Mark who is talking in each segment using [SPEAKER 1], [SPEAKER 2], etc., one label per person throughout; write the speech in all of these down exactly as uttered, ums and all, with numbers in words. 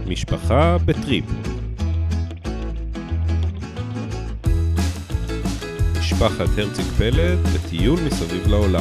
[SPEAKER 1] משפחה בטריפ. משפחת הרציג פלד בטיול מסביב לעולם.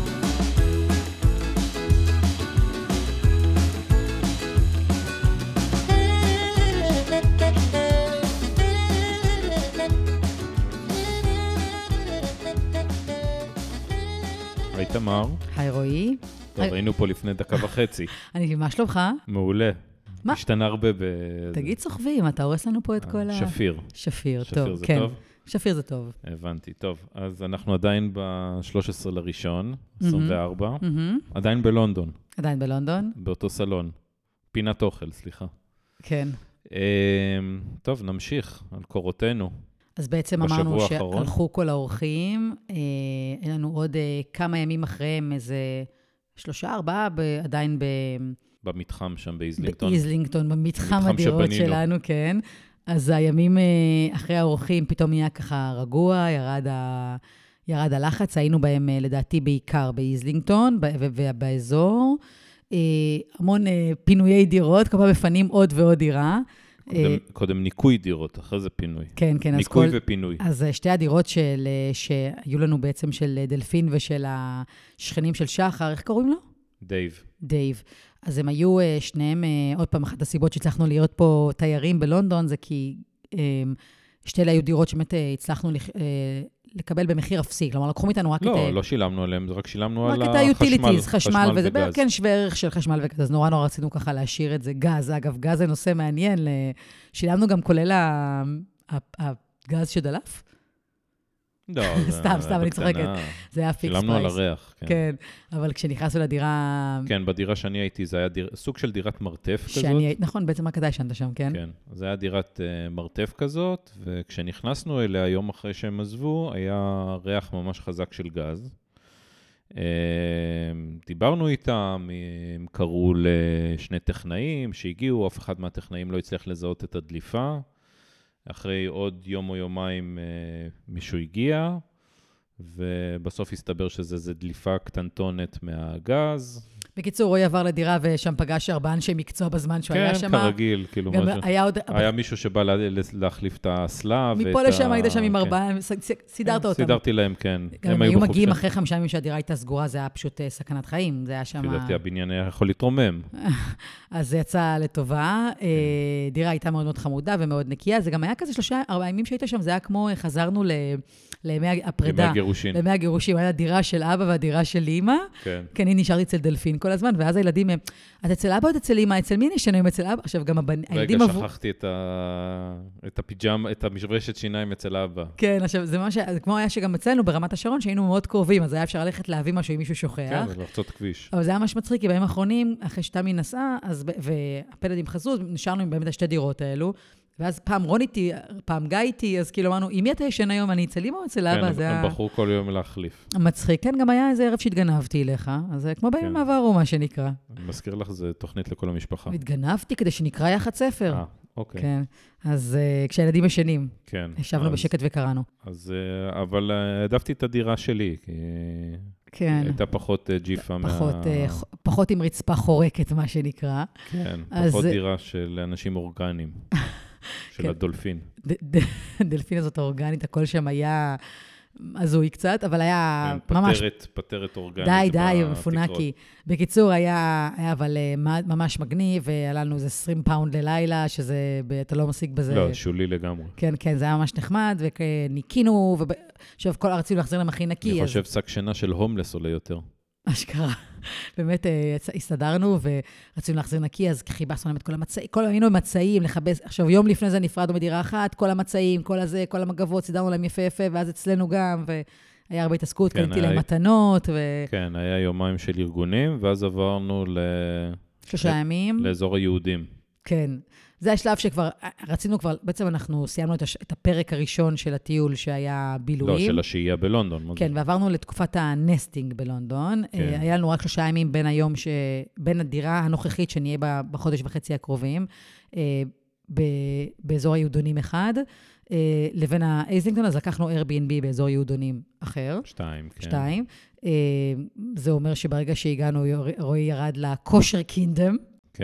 [SPEAKER 1] היי תמר.
[SPEAKER 2] היי רועי.
[SPEAKER 1] טוב, היינו פה לפני דקה וחצי.
[SPEAKER 2] אני, מה שלומך?
[SPEAKER 1] מעולה.
[SPEAKER 2] מה?
[SPEAKER 1] השתנה הרבה ב...
[SPEAKER 2] תגיד סוחבים, אתה הורס לנו פה את כל ה...
[SPEAKER 1] שפיר.
[SPEAKER 2] שפיר, טוב.
[SPEAKER 1] שפיר זה
[SPEAKER 2] כן.
[SPEAKER 1] טוב?
[SPEAKER 2] שפיר זה טוב.
[SPEAKER 1] הבנתי, טוב. אז אנחנו עדיין ב-שלושה עשר לראשון, עשרים וארבע.
[SPEAKER 2] מהמם.
[SPEAKER 1] עדיין בלונדון,
[SPEAKER 2] עדיין בלונדון?
[SPEAKER 1] באותו סלון. פינת אוכל, סליחה.
[SPEAKER 2] כן.
[SPEAKER 1] אמ, טוב, נמשיך על קורותינו.
[SPEAKER 2] אז בעצם
[SPEAKER 1] בשבוע
[SPEAKER 2] אמרנו
[SPEAKER 1] האחרון.
[SPEAKER 2] שהלכו כל האורחים, אה, אין לנו עוד אה, כמה ימים אחריהם, איזה שלושה, ארבעה, ב- עדיין ב...
[SPEAKER 1] במתחם שם באיזלינגטון.
[SPEAKER 2] באיזלינגטון, במתחם
[SPEAKER 1] במתחם
[SPEAKER 2] הדירות
[SPEAKER 1] שבנינו.
[SPEAKER 2] שלנו, כן. אז הימים אה, אחרי האורחים פתאום נהיה ככה רגוע, ירד, ה... ירד הלחץ, היינו בהם אה, לדעתי בעיקר באיזלינגטון ב- ו- ובאזור. אה, המון אה, פינויי דירות, כל פעם מפנים עוד ועוד דירה.
[SPEAKER 1] קודם,
[SPEAKER 2] אה,
[SPEAKER 1] קודם ניקוי דירות, אחרי זה פינוי.
[SPEAKER 2] כן, כן. אז
[SPEAKER 1] ניקוי
[SPEAKER 2] כל...
[SPEAKER 1] ופינוי.
[SPEAKER 2] אז אה, שתי הדירות של, אה, שהיו לנו בעצם של אה, דלפין ושל השכנים של שחר, איך קוראים לו?
[SPEAKER 1] דייב.
[SPEAKER 2] דייב. אז הם היו אה, שניהם, אה, עוד פעם, אחת הסיבות שהצלחנו להיות פה תיירים בלונדון, זה כי אה, שתי אלה היו דירות שבאמת אה, הצלחנו לח- אה, לקבל במחיר אפסי. כלומר, לקחו מאיתנו רק את...
[SPEAKER 1] לא,
[SPEAKER 2] אה,
[SPEAKER 1] לא שילמנו עליהם, זה רק שילמנו על
[SPEAKER 2] רק את
[SPEAKER 1] החשמל.
[SPEAKER 2] ה-utilities, חשמל וזה,
[SPEAKER 1] וגז.
[SPEAKER 2] כן, שווה ערך של חשמל וגז. אז נורא נורא רצינו ככה להשאיר את זה. גז, אגב, גז זה נושא מעניין. ל- שילמנו גם כולל ה- ה- הגז שדלף?
[SPEAKER 1] לא, זה
[SPEAKER 2] סתם, סתם, אני
[SPEAKER 1] בקטנה.
[SPEAKER 2] צוחקת. זה היה פיקס
[SPEAKER 1] שילמנו על
[SPEAKER 2] פרייס.
[SPEAKER 1] הריח, כן.
[SPEAKER 2] כן, אבל כשנכנסנו לדירה...
[SPEAKER 1] כן, בדירה שאני הייתי, זה היה דיר... סוג של דירת מרתף כזאת.
[SPEAKER 2] שאני... נכון, בעצם רק אתה ישנת שם, כן?
[SPEAKER 1] כן, זה היה דירת uh, מרתף כזאת, וכשנכנסנו אליה יום אחרי שהם עזבו, היה ריח ממש חזק של גז. Uh, דיברנו איתם, הם קראו לשני טכנאים שהגיעו, אף אחד מהטכנאים לא הצליח לזהות את הדליפה. אחרי עוד יום או יומיים uh, מישהו הגיע, ובסוף הסתבר שזה דליפה קטנטונת מהגז.
[SPEAKER 2] בקיצור, רועי עבר לדירה ושם פגש ארבעה אנשי מקצוע בזמן שהוא היה שם.
[SPEAKER 1] כן, כרגיל, כאילו
[SPEAKER 2] גם
[SPEAKER 1] משהו.
[SPEAKER 2] היה עוד...
[SPEAKER 1] היה מישהו שבא לה- להחליף את האסלה.
[SPEAKER 2] מפה
[SPEAKER 1] ואת
[SPEAKER 2] לשם
[SPEAKER 1] ה-
[SPEAKER 2] היית שם עם
[SPEAKER 1] כן.
[SPEAKER 2] ארבעה, ס- ס- סידרת אותם.
[SPEAKER 1] סידרתי להם, כן.
[SPEAKER 2] גם הם היו
[SPEAKER 1] בחופשה.
[SPEAKER 2] מגיעים אחרי חמישה ימים שהדירה הייתה סגורה, זה היה פשוט אה, סכנת חיים, זה היה שם...
[SPEAKER 1] לדעתי, הבניין היה יכול להתרומם.
[SPEAKER 2] אז זה יצא לטובה.
[SPEAKER 1] כן.
[SPEAKER 2] אה, דירה הייתה מאוד מאוד חמודה ומאוד נקייה, זה גם היה כזה שלושה, ארבעה ימים שהיית שם, זה היה כמו, אה, חזרנו ל- לימי הפרידה.
[SPEAKER 1] ימי הגירושין.
[SPEAKER 2] לימי הגירושים, היה דירה של אבא והדירה של אמא.
[SPEAKER 1] כן.
[SPEAKER 2] כן, אני נשארתי אצל דלפין כל הזמן, ואז הילדים הם, את אצל אבא או את אצל אמא? אצל מי נשארים אצל אבא? עכשיו, גם הבנ... הילדים
[SPEAKER 1] רגע,
[SPEAKER 2] עברו...
[SPEAKER 1] שכחתי את ה- את הפיג'ם, את המשברשת שיניים אצל אבא.
[SPEAKER 2] כן, עכשיו, זה ממש, זה כמו היה שגם אצלנו ברמת השרון, שהיינו מאוד קרובים, אז היה אפשר ללכת להביא משהו אם מישהו שוכח.
[SPEAKER 1] כן, לחצות כביש.
[SPEAKER 2] אבל זה היה ממש מצחיק, כי בימים האחרונים, אחרי שתמי נסעה, אז, ב- והפלדים חזרו, נשארנו עם באמת השתי דירות האלו, ואז פעם רון איתי, פעם גיא איתי, אז כאילו אמרנו, עם מי אתה ישן היום? אני אצל אמא או אצל אבא?
[SPEAKER 1] כן,
[SPEAKER 2] זה
[SPEAKER 1] הם
[SPEAKER 2] היה
[SPEAKER 1] בחרו כל יום להחליף.
[SPEAKER 2] מצחיק. כן, גם היה איזה ערב שהתגנבתי אליך, אז זה כמו בימים
[SPEAKER 1] כן.
[SPEAKER 2] עברו, מה שנקרא.
[SPEAKER 1] אני מזכיר לך, זה תוכנית לכל המשפחה.
[SPEAKER 2] התגנבתי כדי שנקרא יחד ספר.
[SPEAKER 1] אה, אוקיי.
[SPEAKER 2] כן, אז uh, כשהילדים ישנים,
[SPEAKER 1] כן.
[SPEAKER 2] ישבנו
[SPEAKER 1] אז-
[SPEAKER 2] בשקט וקראנו.
[SPEAKER 1] אז, אה, אבל אה, העדפתי את הדירה שלי, כי
[SPEAKER 2] כן,
[SPEAKER 1] הייתה פחות אה, ג'יפה מה...
[SPEAKER 2] פחות, uh, ח- פחות עם רצפה חורקת, מה שנקרא.
[SPEAKER 1] כן,
[SPEAKER 2] אז-
[SPEAKER 1] פחות דירה של אנשים אורגניים, של
[SPEAKER 2] כן.
[SPEAKER 1] הדולפין.
[SPEAKER 2] ד- ד- דלפין הזאת האורגנית, הכל שם היה הזוי קצת, אבל היה
[SPEAKER 1] כן,
[SPEAKER 2] ממש...
[SPEAKER 1] פטרת, פטרת אורגנית.
[SPEAKER 2] די, די,
[SPEAKER 1] בתקרות.
[SPEAKER 2] מפונקי. בקיצור, היה, היה אבל אה, מה- ממש מגניב, ועלה לנו איזה עשרים פאונד ללילה, שזה, ב- אתה לא משיג בזה.
[SPEAKER 1] לא, שולי לגמרי.
[SPEAKER 2] כן, כן, זה היה ממש נחמד, וניקינו, ועכשיו כל רצינו להחזיר להם הכי נקי.
[SPEAKER 1] אני
[SPEAKER 2] אז-
[SPEAKER 1] חושב שק שינה של הומלס עולה יותר.
[SPEAKER 2] אשכרה. באמת, אה, יצא- הסתדרנו ורצינו להחזיר נקי, אז חיבסנו להם את כל המצעים, כל היינו מצעים, לכבס, עכשיו יום לפני זה נפרדנו בדירה אחת, כל המצעים, כל הזה, כל המגבות, סידרנו להם יפה יפה, ואז אצלנו גם, והיה הרבה התעסקות,
[SPEAKER 1] כן,
[SPEAKER 2] קניתי
[SPEAKER 1] היה-
[SPEAKER 2] להם מתנות,
[SPEAKER 1] כן, היה יומיים של ארגונים, ואז עברנו ל...
[SPEAKER 2] ושלושה ימים.
[SPEAKER 1] לאזור היהודים.
[SPEAKER 2] כן. זה השלב שכבר, רצינו כבר, בעצם אנחנו סיימנו את, הש, את הפרק הראשון של הטיול שהיה בילויים.
[SPEAKER 1] לא, של השהייה בלונדון. מה זה?
[SPEAKER 2] כן, ועברנו לתקופת הנסטינג בלונדון.
[SPEAKER 1] כן.
[SPEAKER 2] היה לנו רק שלושה ימים בין היום, ש... בין הדירה הנוכחית שנהיה בה בחודש וחצי הקרובים, ב... באזור היהודונים אחד, לבין האיזלינגטון, אז לקחנו Airbnb באזור יהודונים אחר.
[SPEAKER 1] שתיים, כן.
[SPEAKER 2] שתיים. זה אומר שברגע שהגענו, רועי ירד לכושר קינדום.
[SPEAKER 1] כן,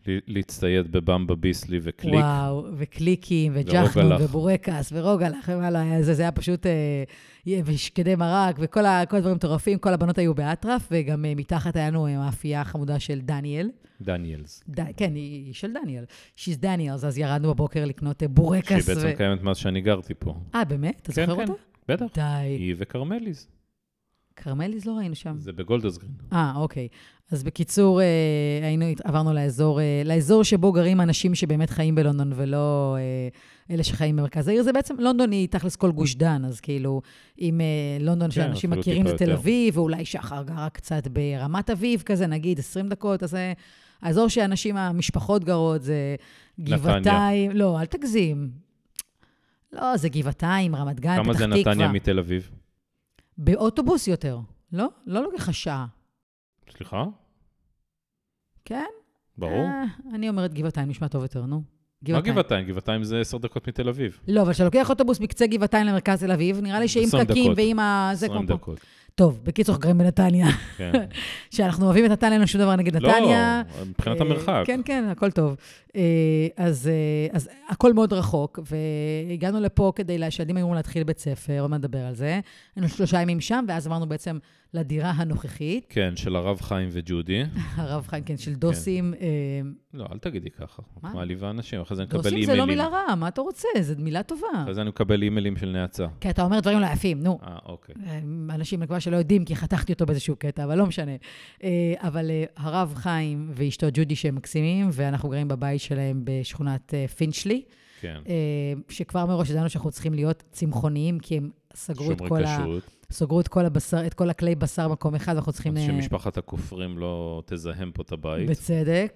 [SPEAKER 1] להצטייד בבמבה ביסלי וקליק.
[SPEAKER 2] וואו, וקליקים, וג'חנון, ובורקס, ורוגלח, זה היה פשוט שקדי מרק, וכל הדברים מטורפים, כל הבנות היו באטרף, וגם מתחת היינו מאפייה החמודה של דניאל.
[SPEAKER 1] דניאלס.
[SPEAKER 2] כן, היא של דניאל. She's Daniels, אז ירדנו בבוקר לקנות בורקס.
[SPEAKER 1] שהיא בעצם קיימת מאז שאני גרתי פה.
[SPEAKER 2] אה, באמת? אתה זוכר אותה?
[SPEAKER 1] בטח.
[SPEAKER 2] די.
[SPEAKER 1] היא וקרמליז.
[SPEAKER 2] קרמליז לא ראינו שם.
[SPEAKER 1] זה בגולדסגרין.
[SPEAKER 2] אה, אוקיי. אז בקיצור, היינו, עברנו לאזור, לאזור שבו גרים אנשים שבאמת חיים בלונדון, ולא אלה שחיים במרכז העיר. זה בעצם, לונדון היא תכלס כל גוש דן, אז כאילו, אם לונדון שאנשים מכירים זה תל אביב, ואולי שחר גרה קצת ברמת אביב, כזה נגיד עשרים דקות, אז האזור שאנשים, המשפחות גרות, זה גבעתיים, לא, אל תגזים. לא, זה גבעתיים, רמת גן, פתח תקווה.
[SPEAKER 1] כמה זה נתניה מתל אביב?
[SPEAKER 2] באוטובוס יותר, לא? לא לוקח שעה.
[SPEAKER 1] סליחה?
[SPEAKER 2] כן?
[SPEAKER 1] ברור.
[SPEAKER 2] אה, אני אומרת גבעתיים, נשמע טוב יותר, נו.
[SPEAKER 1] מה גבעתיים? גבעתיים זה עשר דקות מתל אביב.
[SPEAKER 2] לא, אבל כשלוקח אוטובוס מקצה גבעתיים למרכז תל אביב, נראה לי שעם פקקים ועם ה...
[SPEAKER 1] עשרים דקות.
[SPEAKER 2] טוב, בקיצור, גרים בנתניה. כן. שאנחנו אוהבים את נתניה, אין לנו שום דבר נגד נתניה.
[SPEAKER 1] לא, מבחינת המרחק.
[SPEAKER 2] כן, כן, הכל טוב. אז, אז הכל מאוד רחוק, והגענו לפה כדי שהילדים היו להתחיל בית ספר, עוד מה נדבר על זה. היינו שלושה ימים שם, ואז עברנו בעצם לדירה הנוכחית.
[SPEAKER 1] כן, של הרב חיים וג'ודי.
[SPEAKER 2] הרב חיים, כן, של דוסים.
[SPEAKER 1] לא, אל תגידי ככה. את מעליבה אנשים, אחרי זה נקבל
[SPEAKER 2] דוסים
[SPEAKER 1] אימיילים.
[SPEAKER 2] זה לא מילה רעה, מה אתה רוצה? זו מילה טובה.
[SPEAKER 1] אחרי זה אני מקבל אימיילים של נאצה.
[SPEAKER 2] כי אתה אומר דברים לא יפים, נו.
[SPEAKER 1] אה, אוקיי.
[SPEAKER 2] אנשים מקווה שלא יודעים, כי חתכתי אותו באיזשהו קטע, אבל לא משנה. אבל הרב חיים ואשתו ג'ודי שהם מקסימים, ואנחנו גרים בבית שלהם בשכונת פינצ'לי.
[SPEAKER 1] כן.
[SPEAKER 2] שכבר מראש ידענו שאנחנו צריכים להיות צמחוניים, כי הם סגרו את כל ה...
[SPEAKER 1] כשרות.
[SPEAKER 2] סגרו את כל הבשר, את כל הכלי בשר במקום אחד, ואנחנו צריכים...
[SPEAKER 1] שמשפחת הכופרים לא תזהם פה את הבית.
[SPEAKER 2] בצדק.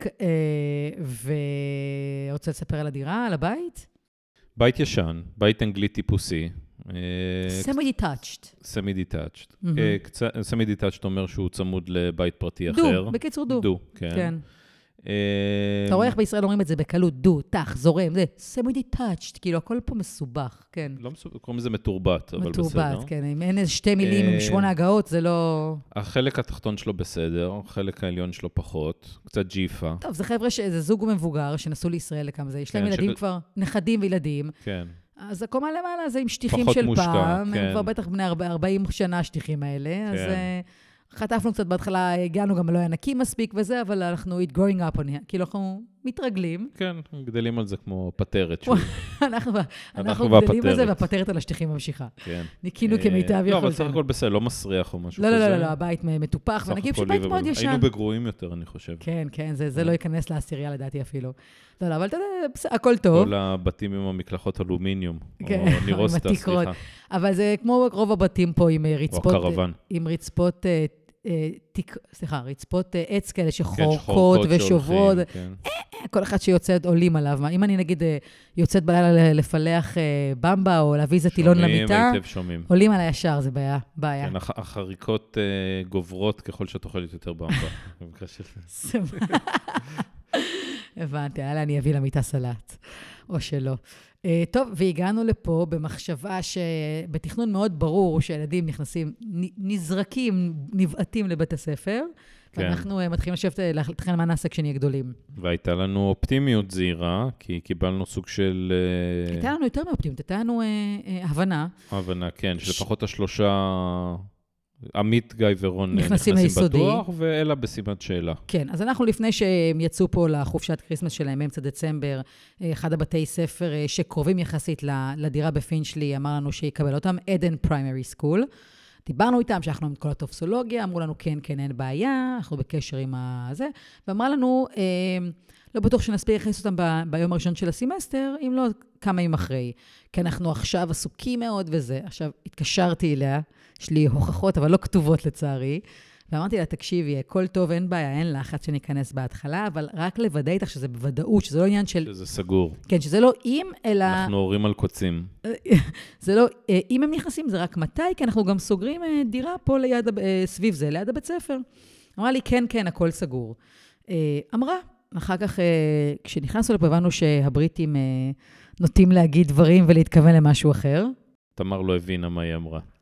[SPEAKER 2] ורוצה לספר על הדירה, על הבית?
[SPEAKER 1] בית ישן, בית אנגלי טיפוסי.
[SPEAKER 2] סמי-דיטאצ'ד.
[SPEAKER 1] סמי-דיטאצ'ד. סמי-דיטאצ'ד אומר שהוא צמוד לבית פרטי אחר.
[SPEAKER 2] דו, בקיצור דו.
[SPEAKER 1] דו, כן.
[SPEAKER 2] אתה רואה איך בישראל אומרים את זה בקלות, דו, תח, זורם, זה סמי-דיטאצ'ד, כאילו הכל פה מסובך, כן.
[SPEAKER 1] לא מסובך, קוראים לזה מתורבת, אבל בסדר.
[SPEAKER 2] מתורבת, כן, אם אין איזה שתי מילים עם שמונה הגאות, זה לא...
[SPEAKER 1] החלק התחתון שלו בסדר, החלק העליון שלו פחות, קצת ג'יפה.
[SPEAKER 2] טוב, זה חבר'ה, זה זוג מבוגר שנסעו לישראל לכמה זה, יש להם ילדים כבר, נכדים וילדים.
[SPEAKER 1] כן.
[SPEAKER 2] אז הקומה למעלה זה עם שטיחים של פעם, הם כבר בטח בני ארבעים שנה השטיחים האלה, אז... חטפנו קצת בהתחלה, הגענו גם לא היה נקי מספיק וזה, אבל אנחנו it growing up on here, כאילו אנחנו מתרגלים.
[SPEAKER 1] כן, גדלים על זה כמו פטרת.
[SPEAKER 2] אנחנו גדלים על זה, והפטרת על השטיחים ממשיכה.
[SPEAKER 1] כן.
[SPEAKER 2] ניקינו כמיטב יכולתנו.
[SPEAKER 1] לא, אבל סך הכל בסדר, לא מסריח או משהו
[SPEAKER 2] כזה.
[SPEAKER 1] כזה.
[SPEAKER 2] לא, לא, לא, הבית מטופח, ונגיד שבית מאוד ישן.
[SPEAKER 1] היינו בגרועים יותר, אני חושב.
[SPEAKER 2] כן, כן, זה לא ייכנס לעשירייה לדעתי אפילו. לא, לא, אבל אתה יודע, הכל טוב.
[SPEAKER 1] כל הבתים עם המקלחות אלומיניום, או נירוסטה, סליחה.
[SPEAKER 2] אבל זה כמו רוב הבתים פה עם רצפות...
[SPEAKER 1] או קרוון.
[SPEAKER 2] עם רצפות... סליחה, רצפות עץ כאלה שחורקות ושוברות. כל אחד שיוצאת עולים עליו. אם אני נגיד יוצאת בלילה לפלח במבה או להביא איזה טילון למיטה, עולים על הישר, זה בעיה.
[SPEAKER 1] כן, החריקות גוברות ככל שאת אוכלת יותר במבה.
[SPEAKER 2] הבנתי, היה לה אני אביא למיטה סלט, או שלא. טוב, והגענו לפה במחשבה שבתכנון מאוד ברור שילדים נכנסים, נזרקים, נבעטים לבית הספר, ואנחנו מתחילים לשבת, לתכנן מה נעשה כשנהיה גדולים.
[SPEAKER 1] והייתה לנו אופטימיות זהירה, כי קיבלנו סוג של...
[SPEAKER 2] הייתה לנו יותר מאופטימיות, הייתה לנו הבנה.
[SPEAKER 1] הבנה, כן, שלפחות השלושה... עמית, גיא ורון
[SPEAKER 2] נכנסים
[SPEAKER 1] בטוח, ואלה בסימן שאלה.
[SPEAKER 2] כן, אז אנחנו לפני שהם יצאו פה לחופשת קריסמס שלהם, אמצע דצמבר, אחד הבתי ספר שקרובים יחסית לדירה בפינצ'לי, אמר לנו שיקבל אותם, עדן פריימרי סקול. דיברנו איתם שאנחנו עם כל הטופסולוגיה, אמרו לנו כן, כן, אין בעיה, אנחנו בקשר עם הזה, ואמרה לנו, לא בטוח שנספיק להכניס אותם ב- ביום הראשון של הסמסטר, אם לא כמה ימים אחרי. כי אנחנו עכשיו עסוקים מאוד וזה. עכשיו, התקשרתי אליה, יש לי הוכחות, אבל לא כתובות לצערי, ואמרתי לה, תקשיבי, הכל טוב, אין בעיה, אין לחץ שניכנס בהתחלה, אבל רק לוודא איתך שזה בוודאות, שזה לא עניין של...
[SPEAKER 1] שזה סגור.
[SPEAKER 2] כן, שזה לא אם, אלא...
[SPEAKER 1] אנחנו הורים על קוצים.
[SPEAKER 2] זה לא, אם הם נכנסים, זה רק מתי, כי אנחנו גם סוגרים דירה פה ליד, סביב זה, ליד הבית ספר. אמרה לי, כן, כן, הכל סגור. אמרה, אחר כך, כשנכנסנו לפה, הבנו שהבריטים נוטים להגיד דברים ולהתכוון למשהו אחר.
[SPEAKER 1] תמר לא הבינה מה היא אמרה.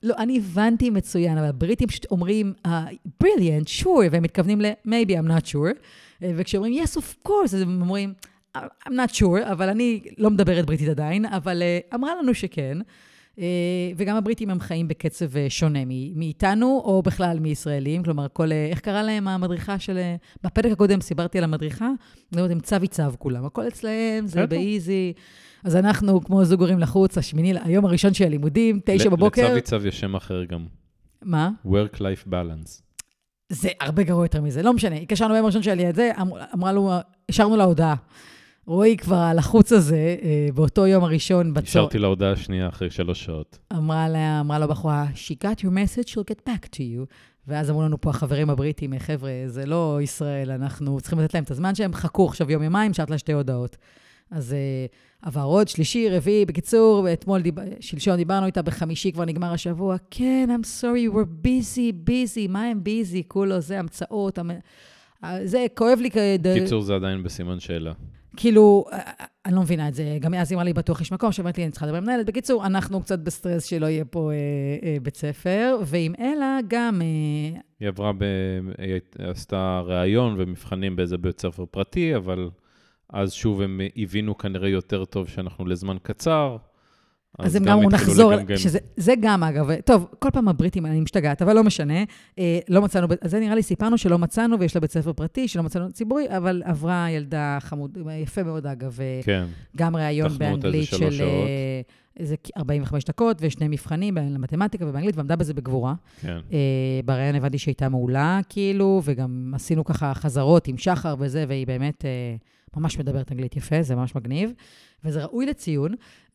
[SPEAKER 2] לא, אני הבנתי מצוין, אבל הבריטים פשוט אומרים, brilliant, sure, והם מתכוונים ל- maybe I'm not sure, וכשאומרים, yes, of course, אז הם אומרים, I'm not sure, אבל אני לא מדברת בריטית עדיין, אבל אמרה לנו שכן, וגם הבריטים הם חיים בקצב שונה מאיתנו, או בכלל מישראלים, כלומר, כל, איך קרא להם המדריכה של... בפרק הקודם סיברתי על המדריכה, הם צו עיצב כולם, הכל אצלהם, זה באיזי, אז אנחנו כמו זוג הורים לחוץ, השמיני, היום הראשון של הלימודים, תשע בבוקר.
[SPEAKER 1] לצו עיצב יש שם אחר גם.
[SPEAKER 2] מה?
[SPEAKER 1] Work-life balance.
[SPEAKER 2] זה הרבה גרוע יותר מזה, לא משנה, הקשרנו ביום הראשון שלי את זה, אמרה לו, השארנו לה הודעה. רואי כבר על החוץ הזה, באותו יום הראשון בצור.
[SPEAKER 1] השארתי לה הודעה שנייה אחרי שלוש שעות.
[SPEAKER 2] אמרה לה, אמרה לו בחורה, she got your message, she'll get back to you. ואז אמרו לנו פה החברים הבריטים, חבר'ה, זה לא ישראל, אנחנו צריכים לתת להם את הזמן שהם חכו עכשיו יום יומיים, שעת לה שתי הודעות. אז עבר עוד, שלישי, רביעי, בקיצור, אתמול, דיב... שלשון דיברנו איתה בחמישי, כבר נגמר השבוע, כן, I'm sorry, we're busy, busy, מה הם busy? כולו, זה המצאות, המ... זה כואב לי כדי...
[SPEAKER 1] קיצור, זה עדיין בסימן שאלה.
[SPEAKER 2] כאילו, אני לא מבינה את זה, גם אז אמרה לי, בטוח יש מקום, שאומרת לי, אני צריכה לדבר עם מנהלת. בקיצור, אנחנו קצת בסטרס שלא יהיה פה אה, אה, בית ספר, ועם אלה גם... אה...
[SPEAKER 1] היא עברה, ב... היא עשתה ראיון ומבחנים באיזה בית ספר פרטי, אבל אז שוב הם הבינו כנראה יותר טוב שאנחנו לזמן קצר,
[SPEAKER 2] אז הם גם אמרו נחזור, שזה, זה גם אגב, טוב, כל פעם הבריטים, אני משתגעת, אבל לא משנה, אה, לא מצאנו, אז זה נראה לי סיפרנו שלא מצאנו, ויש לה בית ספר פרטי, שלא מצאנו ציבורי, אבל עברה ילדה חמוד, יפה מאוד אגב, כן. גם ראיון באנגלית של איזה ארבעים וחמש דקות, ושני מבחנים למתמטיקה ובאנגלית, ועמדה בזה בגבורה. כן. אה, בראיון הבנתי שהייתה מעולה, כאילו, וגם עשינו ככה חזרות עם שחר וזה, והיא באמת... אה, ממש מדברת אנגלית יפה, זה ממש מגניב, וזה ראוי לציון,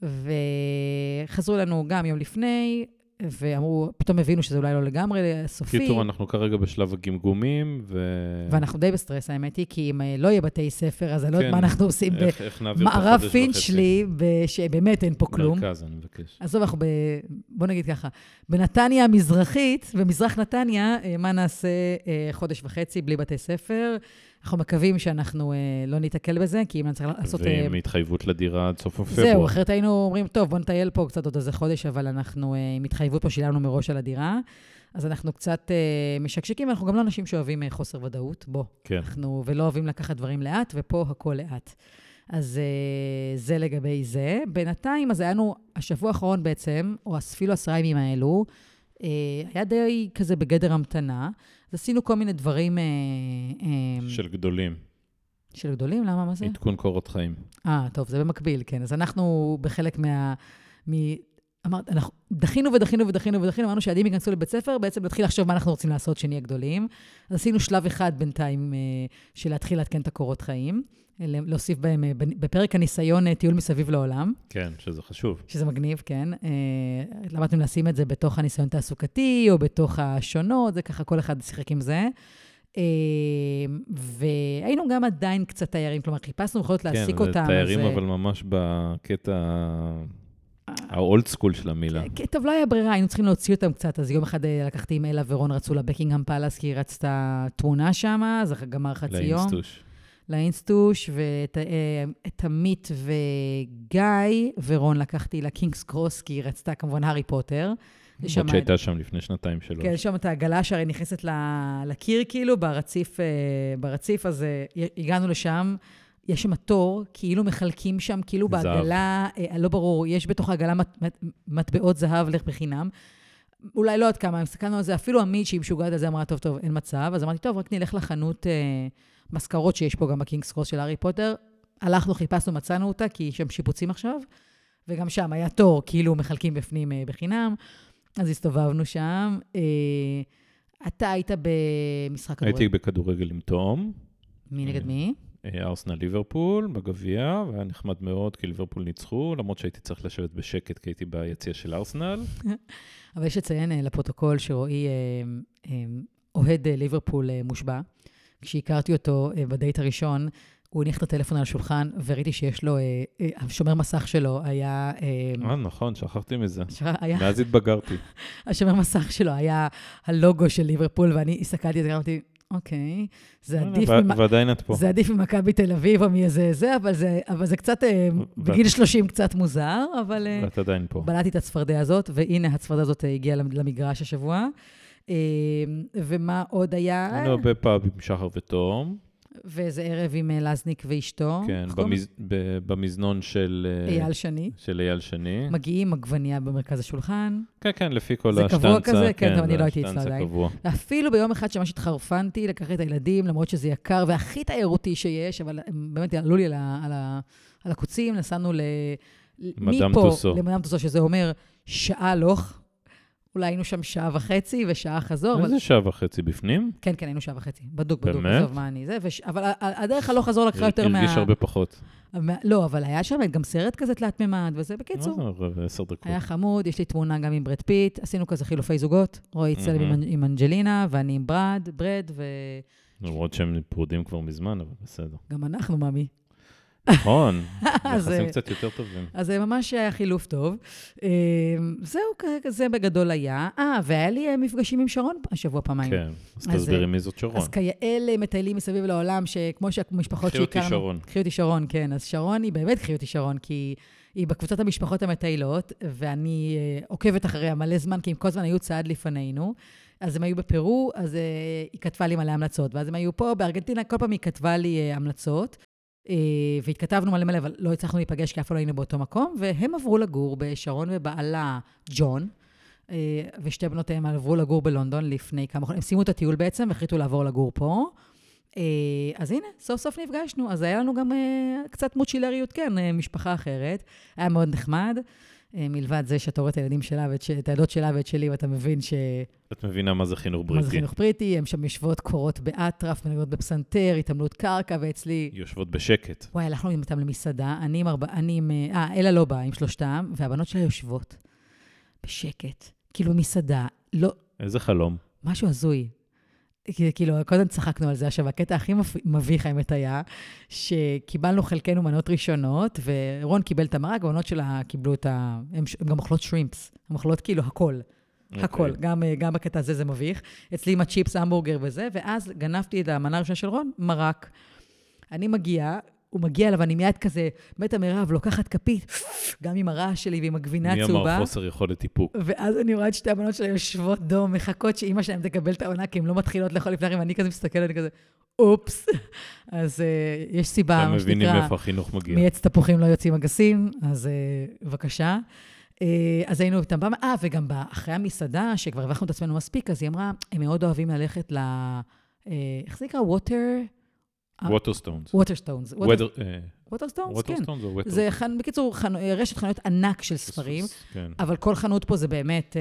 [SPEAKER 2] וחזרו לנו גם יום לפני, ואמרו, פתאום הבינו שזה אולי לא לגמרי סופי.
[SPEAKER 1] קיצור, אנחנו כרגע בשלב הגמגומים, ו...
[SPEAKER 2] ואנחנו די בסטרס, האמת היא, כי אם לא יהיה בתי ספר, אז אני לא יודעת מה אנחנו עושים במערב פינצ'לי, שבאמת אין פה כלום.
[SPEAKER 1] מרכז, אני מבקש.
[SPEAKER 2] אז אנחנו, בוא נגיד ככה, בנתניה המזרחית, במזרח נתניה, מה נעשה חודש וחצי בלי בתי ספר? אנחנו מקווים שאנחנו לא ניתקל בזה, כי אם אני צריך לעשות...
[SPEAKER 1] ועם התחייבות לדירה עד סוף הפברואר.
[SPEAKER 2] זהו, אחרת היינו אומרים, טוב, בוא נטייל פה קצת עוד איזה חודש, אבל אנחנו עם התחייבות פה שילמנו מראש על הדירה, אז אנחנו קצת משקשקים, ואנחנו גם לא אנשים שאוהבים חוסר ודאות, בוא. כן. אנחנו, ולא אוהבים לקחת דברים לאט, ופה הכל לאט. אז זה לגבי זה. בינתיים, אז היינו, השבוע האחרון בעצם, או אפילו עשרה ימים האלו, היה די כזה בגדר המתנה, אז עשינו כל מיני דברים...
[SPEAKER 1] של גדולים.
[SPEAKER 2] של גדולים? למה? מה זה?
[SPEAKER 1] עדכון קורות חיים.
[SPEAKER 2] אה, טוב, זה במקביל, כן. אז אנחנו בחלק מה... מ... אמרת, אנחנו דחינו ודחינו ודחינו ודחינו, אמרנו שהילדים ייכנסו לבית ספר, בעצם להתחיל לחשוב מה אנחנו רוצים לעשות שנהיה גדולים. אז עשינו שלב אחד בינתיים של להתחיל להתקן את הקורות חיים, להוסיף בהם, בפרק הניסיון, טיול מסביב לעולם.
[SPEAKER 1] כן, שזה חשוב.
[SPEAKER 2] שזה מגניב, כן. למדנו לשים את זה בתוך הניסיון תעסוקתי, או בתוך השונות, זה ככה, כל אחד שיחק עם זה. והיינו גם עדיין קצת תיירים, כלומר, חיפשנו יכולות להעסיק אותם.
[SPEAKER 1] כן, תיירים, אבל ממש בקטע... האולד סקול של המילה.
[SPEAKER 2] טוב, לא היה ברירה, היינו צריכים להוציא אותם קצת, אז יום אחד לקחתי עם אלה ורון, רצו לבקינגהאם פלאס, כי היא רצתה תמונה שם, אז גמר חצי יום.
[SPEAKER 1] לאינסטוש.
[SPEAKER 2] לאינסטוש, ואת עמית וגיא, ורון לקחתי לקינגס קרוס, כי היא רצתה כמובן הארי פוטר.
[SPEAKER 1] עוד שהייתה שם לפני שנתיים שלוש.
[SPEAKER 2] כן, שם את העגלה שהרי נכנסת לקיר, כאילו, ברציף, ברציף, אז הגענו לשם, יש שם תור, כאילו מחלקים שם, כאילו בעגלה, לא ברור, יש בתוך העגלה מטבעות זהב, לך בחינם. אולי לא עד כמה, הסתכלנו על זה, אפילו עמית שהיא משוגעת על זה, אמרה, טוב, טוב, אין מצב. אז אמרתי, טוב, רק נלך לחנות מזכרות שיש פה גם בקינגס קרוס של הארי פוטר. הלכנו, חיפשנו, מצאנו אותה, כי יש שם שיפוצים עכשיו, וגם שם היה תור, כאילו מחלקים בפנים בחינם. אז הסתובבנו שם. אתה היית במשחק כדורגל.
[SPEAKER 1] הייתי בכדורגל עם תום.
[SPEAKER 2] מי נגד מי?
[SPEAKER 1] ארסנל ליברפול בגביע, והיה נחמד מאוד, כי ליברפול ניצחו, למרות שהייתי צריך לשבת בשקט, כי הייתי ביציע של ארסנל.
[SPEAKER 2] אבל יש לציין לפרוטוקול שרואי אוהד ליברפול מושבע. כשהכרתי אותו בדייט הראשון, הוא הניח את הטלפון על השולחן, וראיתי שיש לו, השומר מסך שלו היה...
[SPEAKER 1] אה, נכון, שכחתי מזה. מאז התבגרתי.
[SPEAKER 2] השומר מסך שלו היה הלוגו של ליברפול, ואני הסתכלתי, אז אמרתי, אוקיי. זה עדיף...
[SPEAKER 1] ועדיין את פה.
[SPEAKER 2] זה עדיף ממכבי תל אביב או מאיזה זה, אבל זה, אבל זה קצת, בגיל שלושים קצת מוזר, אבל...
[SPEAKER 1] ואת עדיין פה.
[SPEAKER 2] בלעתי את הצפרדע הזאת, והנה הצפרדע הזאת הגיעה למגרש השבוע. ומה עוד היה?
[SPEAKER 1] היינו בפאב עם שחר ותום.
[SPEAKER 2] וזה ערב עם לזניק ואשתו.
[SPEAKER 1] כן, במזנון של...
[SPEAKER 2] אייל שני.
[SPEAKER 1] של אייל שני.
[SPEAKER 2] מגיעים עגבניה במרכז השולחן.
[SPEAKER 1] כן, כן, לפי כל השטנצה.
[SPEAKER 2] זה קבוע כזה? כן, גם אני לא הייתי אצלה עדיין.
[SPEAKER 1] קבוע.
[SPEAKER 2] אפילו ביום אחד שממש התחרפנתי לקחת את הילדים, למרות שזה יקר והכי תיירותי שיש, אבל הם באמת עלו לי על הקוצים, נסענו
[SPEAKER 1] מדאם טוסו.
[SPEAKER 2] למדאם טוסו, שזה אומר שעה הלוך. אולי היינו שם שעה וחצי ושעה חזור.
[SPEAKER 1] איזה שעה וחצי בפנים?
[SPEAKER 2] כן, כן, היינו שעה וחצי. בדוק, בדוק, עזוב מה אני זה. אבל הדרך הלוך חזור לקחה יותר מה...
[SPEAKER 1] הרגיש הרבה פחות.
[SPEAKER 2] לא, אבל היה שם גם סרט כזה תלת ממד, וזה בקיצור.
[SPEAKER 1] עשר דקות.
[SPEAKER 2] היה חמוד, יש לי תמונה גם עם ברד פיט, עשינו כזה חילופי זוגות, רועי צלם עם אנג'לינה, ואני עם ברד, ברד ו...
[SPEAKER 1] למרות שהם פרודים כבר מזמן, אבל בסדר.
[SPEAKER 2] גם אנחנו, מאמי.
[SPEAKER 1] נכון, יחסים קצת יותר טובים.
[SPEAKER 2] אז זה ממש היה חילוף טוב. זהו, זה בגדול היה. אה, והיה לי מפגשים עם שרון השבוע פעמיים.
[SPEAKER 1] כן, אז תסבירי מי זאת שרון.
[SPEAKER 2] אז כאלה מטיילים מסביב לעולם, שכמו שהמשפחות שהכרנו...
[SPEAKER 1] קחי אותי שרון.
[SPEAKER 2] קחי אותי שרון, כן. אז שרון היא באמת קחי אותי שרון, כי היא בקבוצת המשפחות המטיילות, ואני עוקבת אחריה מלא זמן, כי הם כל הזמן היו צעד לפנינו. אז הם היו בפרו, אז היא כתבה לי מלא המלצות. ואז הם היו פה, בארגנטינה, כל פעם היא כתבה לי המלצות. והתכתבנו מלא מלא, אבל לא הצלחנו להיפגש, כי אף לא היינו באותו מקום, והם עברו לגור בשרון ובעלה ג'ון, ושתי בנותיהם עברו לגור בלונדון לפני כמה חודשים. הם סיימו את הטיול בעצם, והחליטו לעבור לגור פה. אז הנה, סוף סוף נפגשנו. אז היה לנו גם קצת מוצ'ילריות, כן, משפחה אחרת. היה מאוד נחמד. מלבד זה שאתה רואה את הילדים שלה, ואת הילדות שלה ואת שלי, ואתה מבין ש...
[SPEAKER 1] את מבינה מה זה חינוך בריטי.
[SPEAKER 2] מה זה חינוך בריטי, הם שם יושבות קורות באטרף, מנגנות בפסנתר, התעמלות קרקע, ואצלי...
[SPEAKER 1] יושבות בשקט.
[SPEAKER 2] וואי, הלכנו איתם למסעדה, אני עם ארבע... אני עם... אה, אלה לא באה, עם שלושתם, והבנות שלה יושבות בשקט. כאילו מסעדה, לא...
[SPEAKER 1] איזה חלום.
[SPEAKER 2] משהו הזוי. כאילו, קודם צחקנו על זה, עכשיו, הקטע הכי מביך האמת היה, שקיבלנו חלקנו מנות ראשונות, ורון קיבל את המרק, והבנות שלה קיבלו את ה... הם גם אוכלות שרימפס, הם אוכלות כאילו הכל. הכל, גם, גם בקטע הזה זה מביך. אצלי עם הצ'יפס, המבורגר וזה, ואז גנבתי את המנה הראשונה של רון, מרק. אני מגיעה, הוא מגיע אליו, אני מיד כזה, מת המרב, לוקחת כפית, גם עם הרעש שלי ועם הגבינה הצהובה.
[SPEAKER 1] מי אמר חוסר יכולת איפוק.
[SPEAKER 2] ואז אני רואה את שתי הבנות שלה יושבות דום, מחכות שאמא שלהם תקבל את העונה, כי הן לא מתחילות לאכול לפני ואני כזה מסתכלת, אני כזה, אופס. אז uh, יש סיבה, מה שנקרא...
[SPEAKER 1] אתם מבינים איפה החינוך מגיע.
[SPEAKER 2] מעץ תפוחים לא יוצאים אגסים, אז uh, בבקשה. Uh, אז היינו איתם פעם, אה, וגם אחרי המסעדה, שכבר הרווחנו את עצמנו מספיק, אז היא אמרה, הם מאוד אוהבים ללכת ל... Uh, איך זה נקרא? ווטר...
[SPEAKER 1] ווטרסטונס.
[SPEAKER 2] ווטרסטונס. ווטרסטונס, כן. זה, בקיצור, רשת חנויות ענק של ספרים, אבל כל חנות פה זה באמת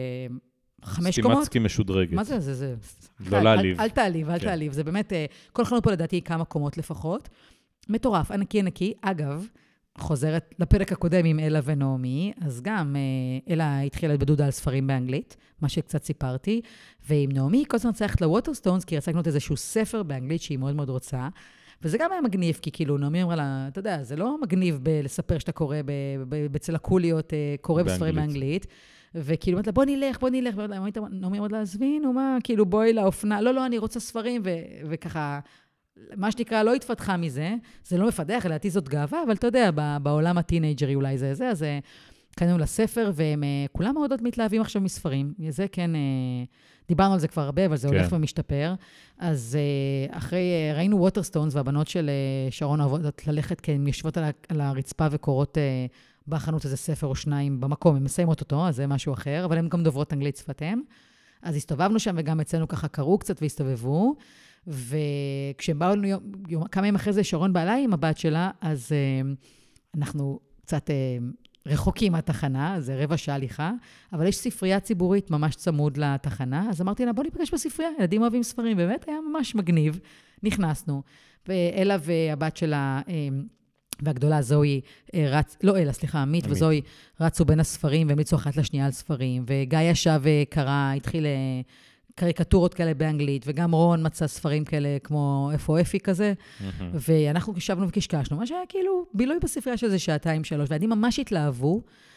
[SPEAKER 2] חמש קומות.
[SPEAKER 1] סטימצקי משודרגת.
[SPEAKER 2] מה זה? זה, זה...
[SPEAKER 1] לא להעליב.
[SPEAKER 2] אל תעליב, אל תעליב. זה באמת, כל חנות פה לדעתי כמה קומות לפחות. מטורף, ענקי ענקי. אגב, חוזרת לפרק הקודם עם אלה ונעמי, אז גם אלה התחילה בדודה על ספרים באנגלית, מה שקצת סיפרתי, ועם נעמי כל הזמן צריך ללכת לווטרסטונס, כי רצה לקנות איזשהו ספר באנגלית שהיא מאוד מאוד רוצה, וזה גם היה מגניב, כי כאילו נעמי אמרה לה, אתה יודע, זה לא מגניב לספר שאתה קורא בצל הקוליות, קורא בספרים באנגלית, וכאילו אמרת לה, בוא נלך, בוא נלך, נעמי אמרת לה, עזבי, נו מה, כאילו בואי לאופנה, לא, לא, אני רוצה ספרים, וככה, מה שנקרא, לא התפתחה מזה, זה לא מפתח, לדעתי זאת גאווה, אבל אתה יודע, בעולם הטינג'רי אולי זה זה, אז קנינו לספר, והם כולם מאוד מתלהבים עכשיו מספרים. זה כן, דיברנו על זה כבר הרבה, אבל זה הולך ומשתפר. אז אחרי, ראינו ווטרסטונס, והבנות של שרון אוהבות ללכת, כי הן יושבות על הרצפה וקורות בחנות איזה ספר או שניים במקום, הן מסיימות אותו, אז זה משהו אחר, אבל הן גם דוברות אנגלית שפתיהם. אז הסתובבנו שם, וגם אצלנו ככה קראו קצת והסתובבו. וכשהם באו לנו יום, יום, כמה ימים אחרי זה, שרון בעלה עם הבת שלה, אז uh, אנחנו קצת uh, רחוקים מהתחנה, זה רבע שעה הליכה, אבל יש ספרייה ציבורית ממש צמוד לתחנה, אז אמרתי לה, בוא ניפגש בספרייה, ילדים אוהבים ספרים, באמת היה ממש מגניב, נכנסנו, ואלה והבת שלה, uh, והגדולה זוהי, uh, רצ... לא אלה, סליחה, עמית וזוהי, רצו בין הספרים, והמליצו אחת לשנייה על ספרים, וגיא ישב וקרא, התחיל... Uh, קריקטורות כאלה באנגלית, וגם רון מצא ספרים כאלה כמו איפה אפי כזה, ואנחנו ישבנו וקשקשנו, מה שהיה כאילו בילוי בספרייה של זה שעתיים שלוש, והילדים ממש התלהבו,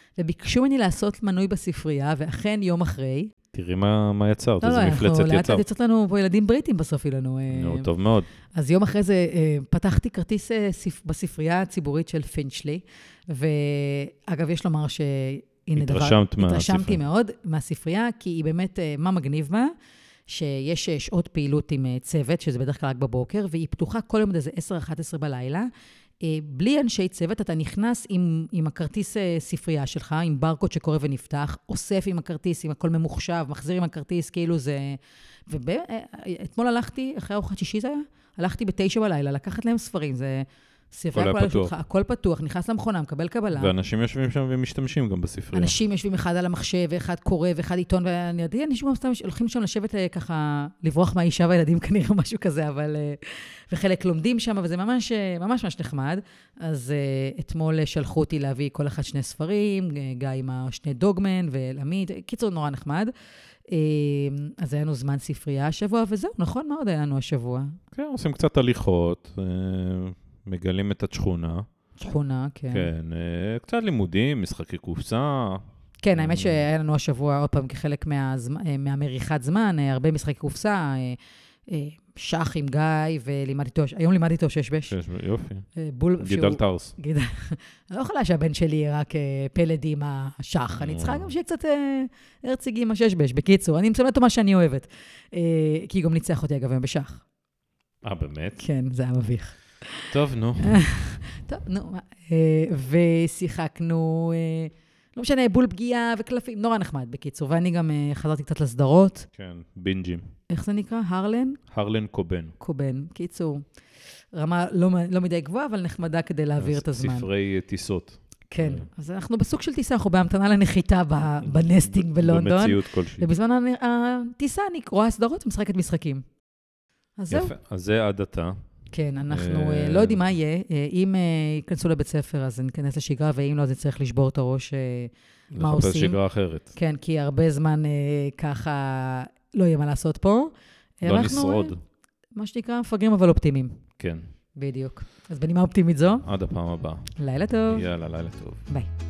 [SPEAKER 2] וביקשו ממני לעשות מנוי בספרייה, ואכן יום אחרי...
[SPEAKER 1] תראי מה, מה יצרת,
[SPEAKER 2] לא,
[SPEAKER 1] איזה
[SPEAKER 2] לא,
[SPEAKER 1] מפלצת
[SPEAKER 2] אנחנו
[SPEAKER 1] יצרת.
[SPEAKER 2] לאט לאט יוצאת לנו פה ילדים בריטים בסוף אילנו.
[SPEAKER 1] נו, טוב מאוד.
[SPEAKER 2] אז יום אחרי זה פתחתי כרטיס בספרייה הציבורית של פינצ'לי, ואגב, יש לומר ש...
[SPEAKER 1] התרשמת מהספרייה.
[SPEAKER 2] התרשמתי מאוד מהספרייה, כי היא באמת, מה מגניב בה? שיש שעות פעילות עם צוות, שזה בדרך כלל רק בבוקר, והיא פתוחה כל יום עד איזה עשר אחת עשרה בלילה. בלי אנשי צוות, אתה נכנס עם, עם הכרטיס ספרייה שלך, עם ברקוד שקורא ונפתח, אוסף עם הכרטיס, עם הכל ממוחשב, מחזיר עם הכרטיס, כאילו זה... ואתמול הלכתי, אחרי ארוחת שישי זה היה, הלכתי בתשע בלילה, לקחת להם ספרים, זה... ספרייה
[SPEAKER 1] הכל פתוח.
[SPEAKER 2] הכל פתוח, נכנס למכונה, מקבל קבלה.
[SPEAKER 1] ואנשים יושבים שם ומשתמשים גם בספרייה.
[SPEAKER 2] אנשים יושבים אחד על המחשב, ואחד קורא, ואחד עיתון, ואני יודעת, אנשים הולכים שם לשבת ככה, לברוח מהאישה והילדים כנראה, משהו כזה, אבל... וחלק לומדים שם, וזה ממש, ממש ממש נחמד. אז אתמול שלחו אותי להביא כל אחד שני ספרים, גיא עם השני דוגמן ולעמית, קיצור נורא נחמד. אז היה לנו זמן ספרייה השבוע, וזהו, נכון מאוד היה לנו השבוע.
[SPEAKER 1] כן, עושים קצת הליכות, מגלים את השכונה.
[SPEAKER 2] שכונה, כן.
[SPEAKER 1] כן, קצת לימודים, משחקי קופסה.
[SPEAKER 2] כן, האמת שהיה לנו השבוע, עוד פעם, כחלק מהמריחת זמן, הרבה משחקי קופסה, שח עם גיא, ולימדתי איתו, היום לימדתי איתו שש-בש.
[SPEAKER 1] שש-בש, יופי.
[SPEAKER 2] בול,
[SPEAKER 1] גידל טרס.
[SPEAKER 2] גידל. אני לא יכולה שהבן שלי יהיה רק פלד עם השח, אני צריכה גם שיהיה קצת הרציג עם השש-בש. בקיצור, אני מסמלת אותו מה שאני אוהבת. כי היא גם ניצח אותי אגב היום בשח.
[SPEAKER 1] אה, באמת?
[SPEAKER 2] כן, זה היה מביך.
[SPEAKER 1] טוב, נו.
[SPEAKER 2] טוב, נו. ושיחקנו, לא משנה, בול פגיעה וקלפים, נורא נחמד בקיצור. ואני גם חזרתי קצת לסדרות.
[SPEAKER 1] כן, בינג'ים.
[SPEAKER 2] איך זה נקרא? הרלן?
[SPEAKER 1] הרלן קובן.
[SPEAKER 2] קובן, קיצור. רמה לא, לא מדי גבוהה, אבל נחמדה כדי להעביר את הזמן.
[SPEAKER 1] ספרי טיסות.
[SPEAKER 2] כן, אז אנחנו בסוג של טיסה, אנחנו בהמתנה לנחיתה בנסטינג בלונדון.
[SPEAKER 1] במציאות כלשהי.
[SPEAKER 2] ובזמן הטיסה אני רואה סדרות ומשחקת משחקים. אז זהו.
[SPEAKER 1] יפה, אז זה עד עתה.
[SPEAKER 2] כן, אנחנו לא יודעים מה יהיה. אם ייכנסו לבית ספר, אז ניכנס לשגרה, ואם לא, אז נצטרך לשבור את הראש מה עושים.
[SPEAKER 1] לחפש שגרה אחרת.
[SPEAKER 2] כן, כי הרבה זמן ככה לא יהיה מה לעשות פה.
[SPEAKER 1] לא נשרוד.
[SPEAKER 2] מה שנקרא, מפגרים אבל אופטימיים.
[SPEAKER 1] כן.
[SPEAKER 2] בדיוק. אז בנימה אופטימית זו.
[SPEAKER 1] עד הפעם הבאה.
[SPEAKER 2] לילה טוב.
[SPEAKER 1] יאללה, לילה טוב.
[SPEAKER 2] ביי.